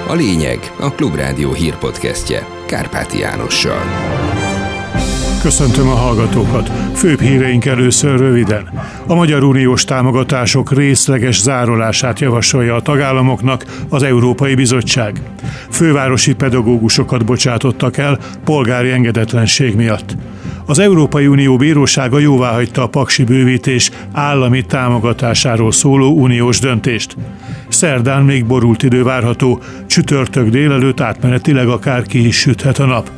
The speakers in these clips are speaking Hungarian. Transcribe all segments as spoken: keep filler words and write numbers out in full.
A lényeg a Klubrádió hírpodcastje Kárpáti Jánossal. Köszöntöm a hallgatókat! Főbb híreink először röviden. A Magyar Uniós támogatások részleges zárolását javasolja a tagállamoknak az Európai Bizottság. Fővárosi pedagógusokat bocsátottak el polgári engedetlenség miatt. Az Európai Unió bírósága jóváhagyta a paksi bővítés állami támogatásáról szóló uniós döntést. Szerdán még borult idő várható, csütörtök délelőtt átmenetileg akár ki is süthet a nap.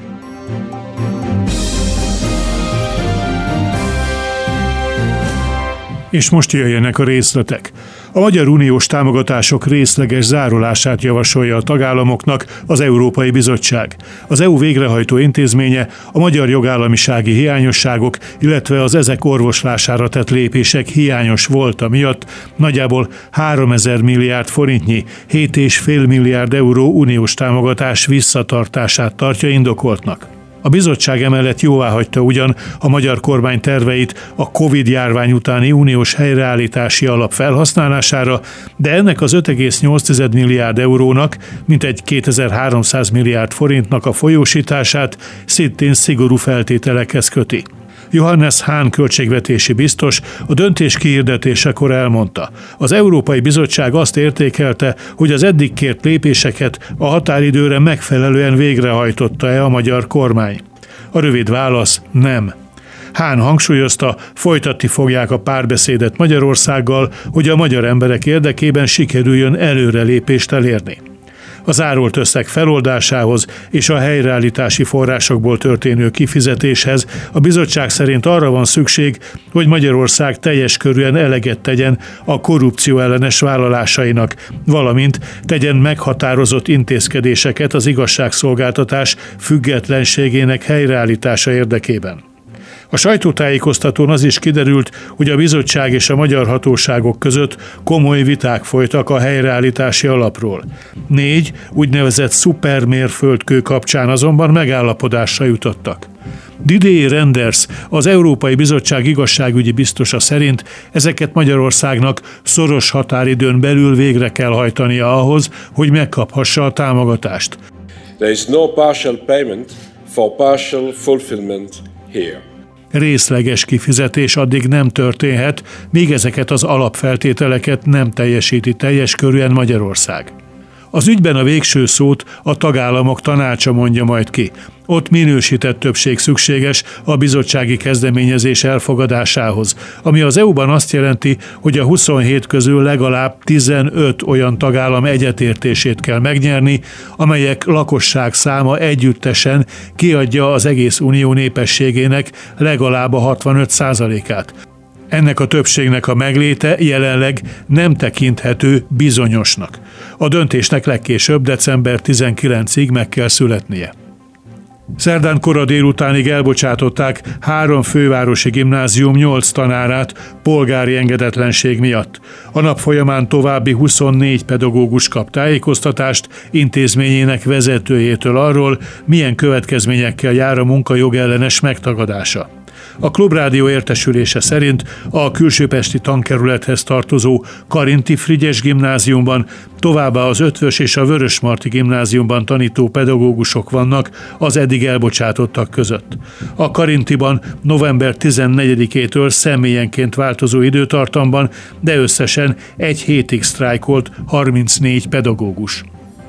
És most jöjjenek a részletek. A Magyar Uniós támogatások részleges zárolását javasolja a tagállamoknak az Európai Bizottság. Az é u végrehajtó intézménye a magyar jogállamisági hiányosságok, illetve az ezek orvoslására tett lépések hiányos volta miatt nagyjából háromezer milliárd forintnyi, hét egész öt milliárd euró uniós támogatás visszatartását tartja indokoltnak. A bizottság emellett jóváhagyta ugyan a magyar kormány terveit a Covid-járvány utáni uniós helyreállítási alap felhasználására, de ennek az öt egész nyolc milliárd eurónak, mintegy kétezer-háromszáz milliárd forintnak a folyósítását szintén szigorú feltételekhez köti. Johannes Hahn költségvetési biztos a döntés kihirdetésekor elmondta. Az Európai Bizottság azt értékelte, hogy az eddig kért lépéseket a határidőre megfelelően végrehajtotta-e a magyar kormány. A rövid válasz nem. Hahn hangsúlyozta, folytatni fogják a párbeszédet Magyarországgal, hogy a magyar emberek érdekében sikerüljön előrelépést elérni. A zárolt összeg feloldásához és a helyreállítási forrásokból történő kifizetéshez a bizottság szerint arra van szükség, hogy Magyarország teljes körűen eleget tegyen a korrupció ellenes vállalásainak, valamint tegyen meghatározott intézkedéseket az igazságszolgáltatás függetlenségének helyreállítása érdekében. A sajtótájékoztatón az is kiderült, hogy a bizottság és a magyar hatóságok között komoly viták folytak a helyreállítási alapról. Négy úgynevezett szupermérföldkő kapcsán azonban megállapodásra jutottak. Didier Reynders, az Európai Bizottság igazságügyi biztosa szerint ezeket Magyarországnak szoros határidőn belül végre kell hajtania ahhoz, hogy megkaphassa a támogatást. There is no partial payment for partial fulfillment here. Részleges kifizetés addig nem történhet, míg ezeket az alapfeltételeket nem teljesíti teljes körűen Magyarország. Az ügyben a végső szót a tagállamok tanácsa mondja majd ki. Ott minősített többség szükséges a bizottsági kezdeményezés elfogadásához, ami az é u-ban azt jelenti, hogy a huszonhét közül legalább tizenöt olyan tagállam egyetértését kell megnyerni, amelyek lakosság száma együttesen kiadja az egész unió népességének legalább a hatvanöt százalékát. Ennek a többségnek a megléte jelenleg nem tekinthető bizonyosnak. A döntésnek legkésőbb december tizenkilencedikéig meg kell születnie. Szerdán kora délutánig elbocsátották három fővárosi gimnázium nyolc tanárát polgári engedetlenség miatt. A nap folyamán további huszonnégy pedagógus kap tájékoztatást intézményének vezetőjétől arról, milyen következményekkel jár a munkajogellenes megtagadása. A Klubrádió értesülése szerint a külsőpesti tankerülethez tartozó Karinti Frigyes gimnáziumban, továbbá az Ötvös és a Vörösmarty gimnáziumban tanító pedagógusok vannak az eddig elbocsátottak között. A Karintiban november tizennegyedikétől személyenként változó időtartamban, de összesen egy hétig sztrájkolt harmincnégy pedagógus.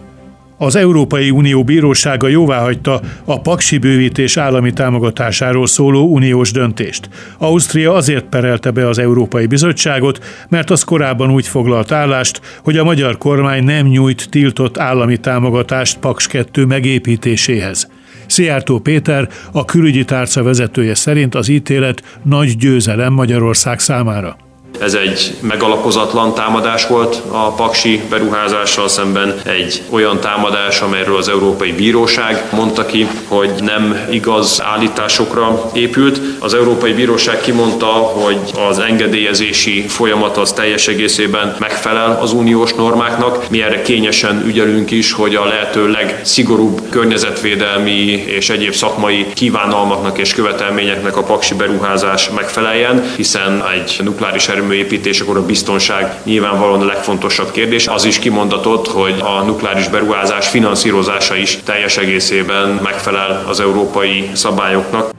Az Európai Unió bírósága jóváhagyta a paksi bővítés állami támogatásáról szóló uniós döntést. Ausztria azért perelte be az Európai Bizottságot, mert az korábban úgy foglalt állást, hogy a magyar kormány nem nyújt tiltott állami támogatást Paks kettő megépítéséhez. Szijjártó Péter, a külügyi tárca vezetője szerint az ítélet nagy győzelem Magyarország számára. Ez egy megalapozatlan támadás volt a paksi beruházással szemben, egy olyan támadás, amelyről az Európai Bíróság mondta ki, hogy nem igaz állításokra épült. Az Európai Bíróság kimondta, hogy az engedélyezési folyamat az teljes egészében megfelel az uniós normáknak. Mi erre kényesen ügyelünk is, hogy a lehető legszigorúbb környezetvédelmi és egyéb szakmai kívánalmaknak és követelményeknek a paksi beruházás megfeleljen, hiszen egy nukleáris erőmű atomerőműépítésekor a biztonság nyilvánvalóan a legfontosabb kérdés. Az is kimondatott, hogy a nukleáris beruházás finanszírozása is teljes egészében megfelel az európai szabályoknak.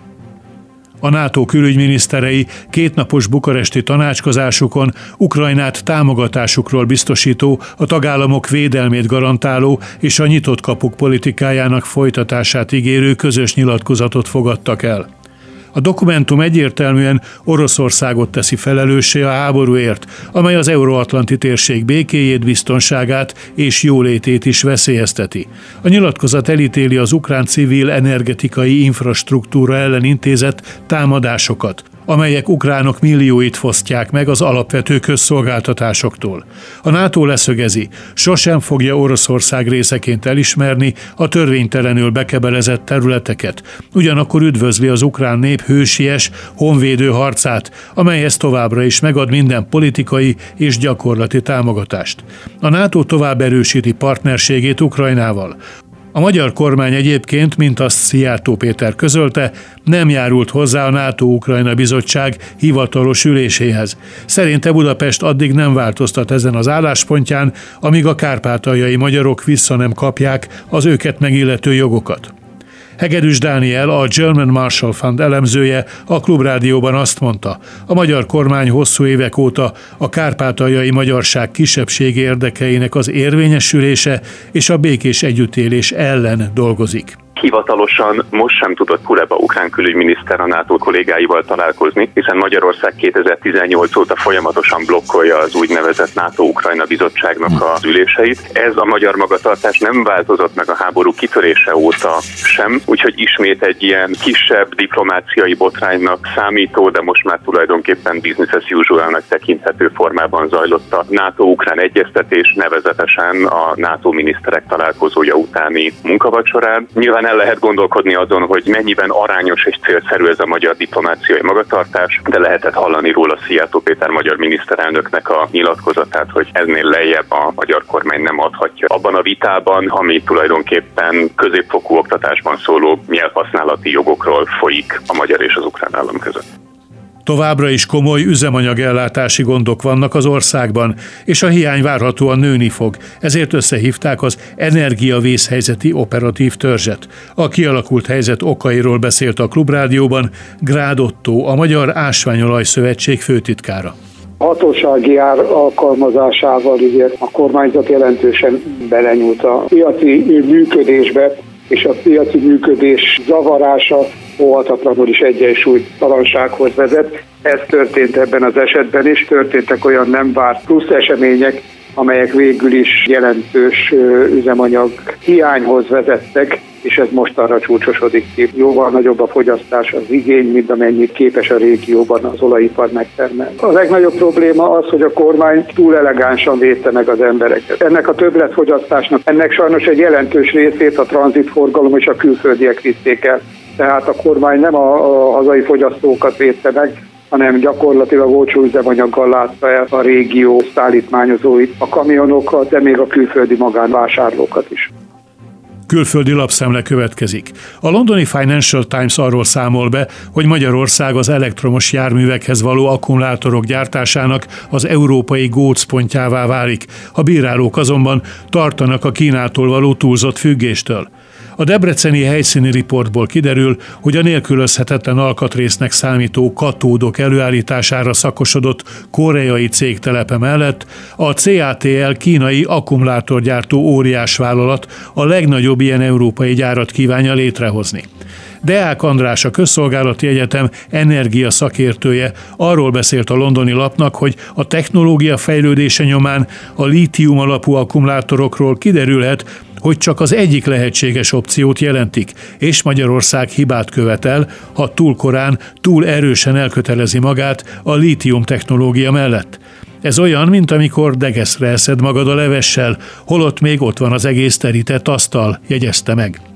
A NATO külügyminiszterei kétnapos bukaresti tanácskozásukon Ukrajnát támogatásukról biztosító, a tagállamok védelmét garantáló és a nyitott kapuk politikájának folytatását ígérő közös nyilatkozatot fogadtak el. A dokumentum egyértelműen Oroszországot teszi felelőssé a háborúért, amely az euróatlanti térség békéjét, biztonságát és jólétét is veszélyezteti. A nyilatkozat elítéli az ukrán civil energetikai infrastruktúra ellen intézett támadásokat, amelyek ukránok millióit fosztják meg az alapvető közszolgáltatásoktól. A NATO leszögezi, sosem fogja Oroszország részeként elismerni a törvénytelenül bekebelezett területeket, ugyanakkor üdvözli az ukrán nép hősies, honvédő harcát, amelyhez továbbra is megad minden politikai és gyakorlati támogatást. A NATO tovább erősíti partnerségét Ukrajnával. A magyar kormány egyébként, mint azt Szijjártó Péter közölte, nem járult hozzá a NATO-Ukrajna bizottság hivatalos üléséhez. Szerinte Budapest addig nem változtat ezen az álláspontján, amíg a kárpátaljai magyarok vissza nem kapják az őket megillető jogokat. Hegedűs Dániel, a German Marshall Fund elemzője a Klubrádióban azt mondta, a magyar kormány hosszú évek óta a kárpátaljai magyarság kisebbségi érdekeinek az érvényesülése és a békés együttélés ellen dolgozik. Hivatalosan most sem tudott Kuleba ukrán külügyminiszter a NATO kollégáival találkozni, hiszen Magyarország kétezer-tizennyolc óta folyamatosan blokkolja az úgynevezett NATO-Ukrajna bizottságnak az üléseit. Ez a magyar magatartás nem változott meg a háború kitörése óta sem, úgyhogy ismét egy ilyen kisebb diplomáciai botránynak számító, de most már tulajdonképpen business as usual-nak tekinthető formában zajlott a NATO-ukrán egyeztetés, nevezetesen a NATO miniszterek találkozója utáni munkavacsorán. Nyilván el lehet gondolkodni azon, hogy mennyiben arányos és célszerű ez a magyar diplomáciai magatartás, de lehetett hallani róla Szijjártó Péter magyar miniszterelnöknek a nyilatkozatát, hogy ennél lejjebb a magyar kormány nem adhatja. Abban a vitában, ami tulajdonképpen középfokú oktatásban szóló nyelvhasználati jogokról folyik a magyar és az ukrán állam között. Továbbra is komoly üzemanyagellátási gondok vannak az országban, és a hiány várhatóan nőni fog, ezért összehívták az energiavészhelyzeti operatív törzset. A kialakult helyzet okairól beszélt a Klubrádióban Grád Ottó, a Magyar Ásványolaj Szövetség főtitkára. Hatósági ár alkalmazásával ugye a kormányzat jelentősen belenyúlt a piaci működésbe, és a piaci működés zavarása óhatatlanul is egyensúlytalansághoz vezet. Ez történt ebben az esetben is, történtek olyan nem várt plusz események, amelyek végül is jelentős üzemanyag hiányhoz vezettek, és ez most arra csúcsosodik ki. Jóval nagyobb a fogyasztás, az igény, mint amennyit képes a régióban az olajipar megtermelni. A legnagyobb probléma az, hogy a kormány túl elegánsan védte meg az embereket. Ennek a többletfogyasztásnak, ennek sajnos egy jelentős részét a tranzitforgalom és a külföldiek vitték el. Tehát a kormány nem a, a hazai fogyasztókat védte meg, hanem gyakorlatilag olcsó üzemanyaggal látta el a régió szállítmányozóit, a kamionokat, de még a külföldi magánvásárlókat is. Külföldi lapszemle következik. A londoni Financial Times arról számol be, hogy Magyarország az elektromos járművekhez való akkumulátorok gyártásának az európai gócpontjává válik. A bírálók azonban tartanak a Kínától való túlzott függéstől. A debreceni helyszíni riportból kiderül, hogy a nélkülözhetetlen alkatrésznek számító katódok előállítására szakosodott koreai cég telepe mellett a cé á té el kínai akkumulátorgyártó óriásvállalat a legnagyobb ilyen európai gyárat kívánja létrehozni. Deák András, a Közszolgálati Egyetem energia szakértője arról beszélt a londoni lapnak, hogy a technológia fejlődése nyomán a lítium alapú akkumulátorokról kiderülhet, hogy csak az egyik lehetséges opciót jelentik, és Magyarország hibát követel, ha túl korán, túl erősen elkötelezi magát a lítium technológia mellett. Ez olyan, mint amikor degeszre eszed magad a levessel, holott még ott van az egész terített asztal, jegyezte meg.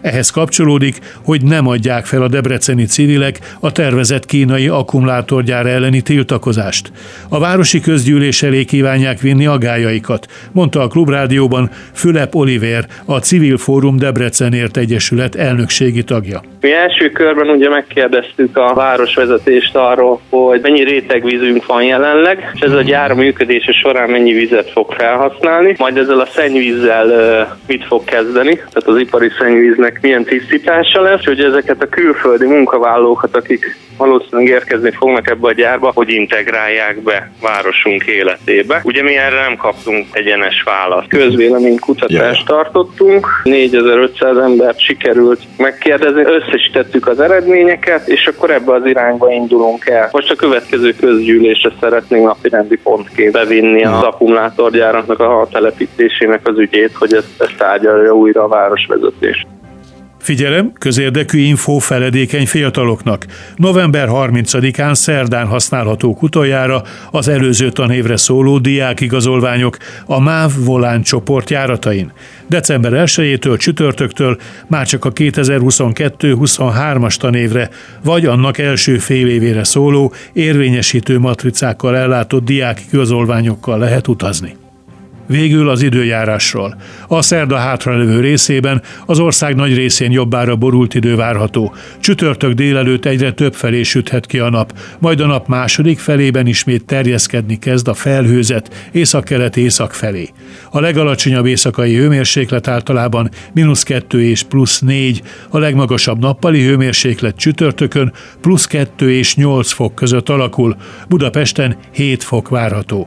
Ehhez kapcsolódik, hogy nem adják fel a debreceni civilek a tervezett kínai akkumulátorgyár elleni tiltakozást. A városi közgyűlés elé kívánják vinni aggályaikat, mondta a Klubrádióban Fülep Olivér, a Civil Fórum Debrecenért Egyesület elnökségi tagja. Mi első körben ugye megkérdeztük a városvezetést arról, hogy mennyi rétegvízünk van jelenleg, és ez a gyár működése során mennyi vizet fog felhasználni, majd ezzel a szennyvízzel uh, mit fog kezdeni, tehát az ipari szennyvíznek milyen tisztítása lesz, hogy ezeket a külföldi munkavállalókat, akik valószínűleg érkezni fognak ebbe a gyárba, hogy integrálják be városunk életébe. Ugye mi erre nem kaptunk egyenes választ. Közvéleménykutatást tartottunk, négyezer-ötszáz embert sikerült megkérdezni, összesítettük az eredményeket, és akkor ebbe az irányba indulunk el. Most a következő közgyűlésre szeretnénk napirendi pontként bevinni az akkumulátorgyáraknak a telepítésének az ügyét, hogy ezt, ezt tárgyalja újra a városvezetés. Figyelem, közérdekű infó feledékeny fiataloknak. november harmincadikán szerdán használhatók utoljára az előző tanévre szóló diákigazolványok a MÁV Volán csoport járatain. december elsejétől csütörtöktől már csak a kétezer-huszonkettő huszonhármas tanévre vagy annak első fél évére szóló érvényesítő matricákkal ellátott diákigazolványokkal lehet utazni. Végül az időjárásról. A szerda hátralevő részében az ország nagy részén jobbára borult idő várható. Csütörtök délelőtt egyre több felé süthet ki a nap, majd a nap második felében ismét terjeszkedni kezd a felhőzet északkelet-észak felé. A legalacsonyabb éjszakai hőmérséklet általában mínusz kettő és plusz négy, a legmagasabb nappali hőmérséklet csütörtökön plusz kettő és nyolc fok között alakul, Budapesten hét fok várható.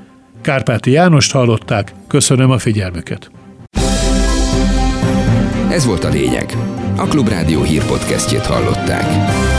Kárpáti Jánost hallották, köszönöm a figyelmüket. Ez volt a lényeg. A Klubrádió hírpodcastjét hallották.